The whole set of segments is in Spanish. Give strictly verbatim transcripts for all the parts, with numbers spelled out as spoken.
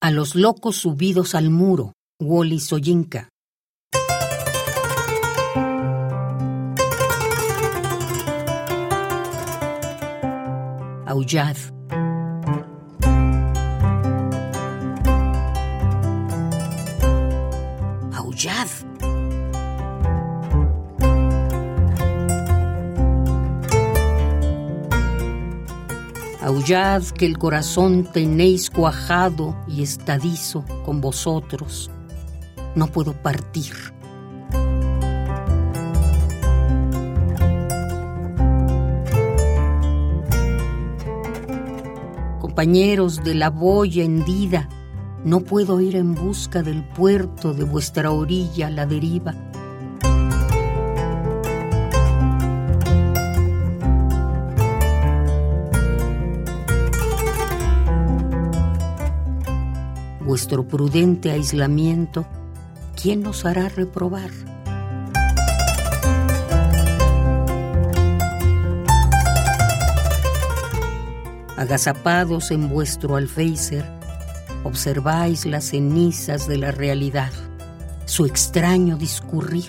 A los locos subidos al muro, Wole Soyinka. Aullad. Aullad. Aullad que el corazón tenéis cuajado y estadizo con vosotros. No puedo partir. Compañeros de la boya hendida, no puedo ir en busca del puerto de vuestra orilla a la deriva. Vuestro prudente aislamiento, ¿quién nos hará reprobar? Agazapados en vuestro alféizar, observáis las cenizas de la realidad, su extraño discurrir.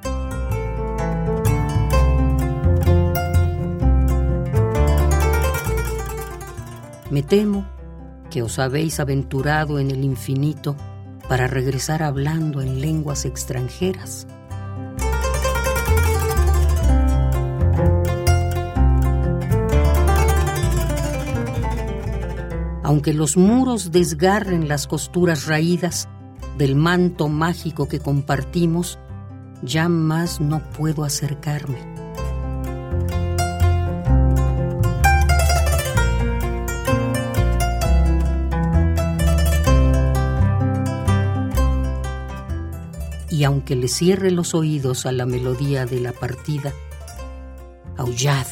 Me temo que os habéis aventurado en el infinito para regresar hablando en lenguas extranjeras. Aunque los muros desgarren las costuras raídas del manto mágico que compartimos, ya más no puedo acercarme. Y aunque le cierre los oídos a la melodía de la partida, aullad.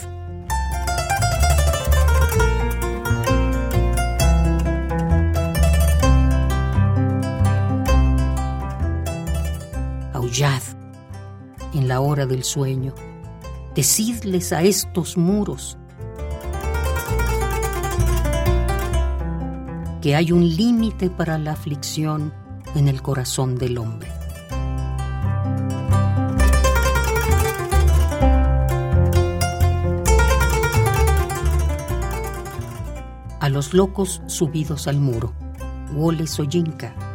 Aullad en la hora del sueño, decidles a estos muros que hay un límite para la aflicción en el corazón del hombre. A los locos subidos al muro, Wole Soyinka.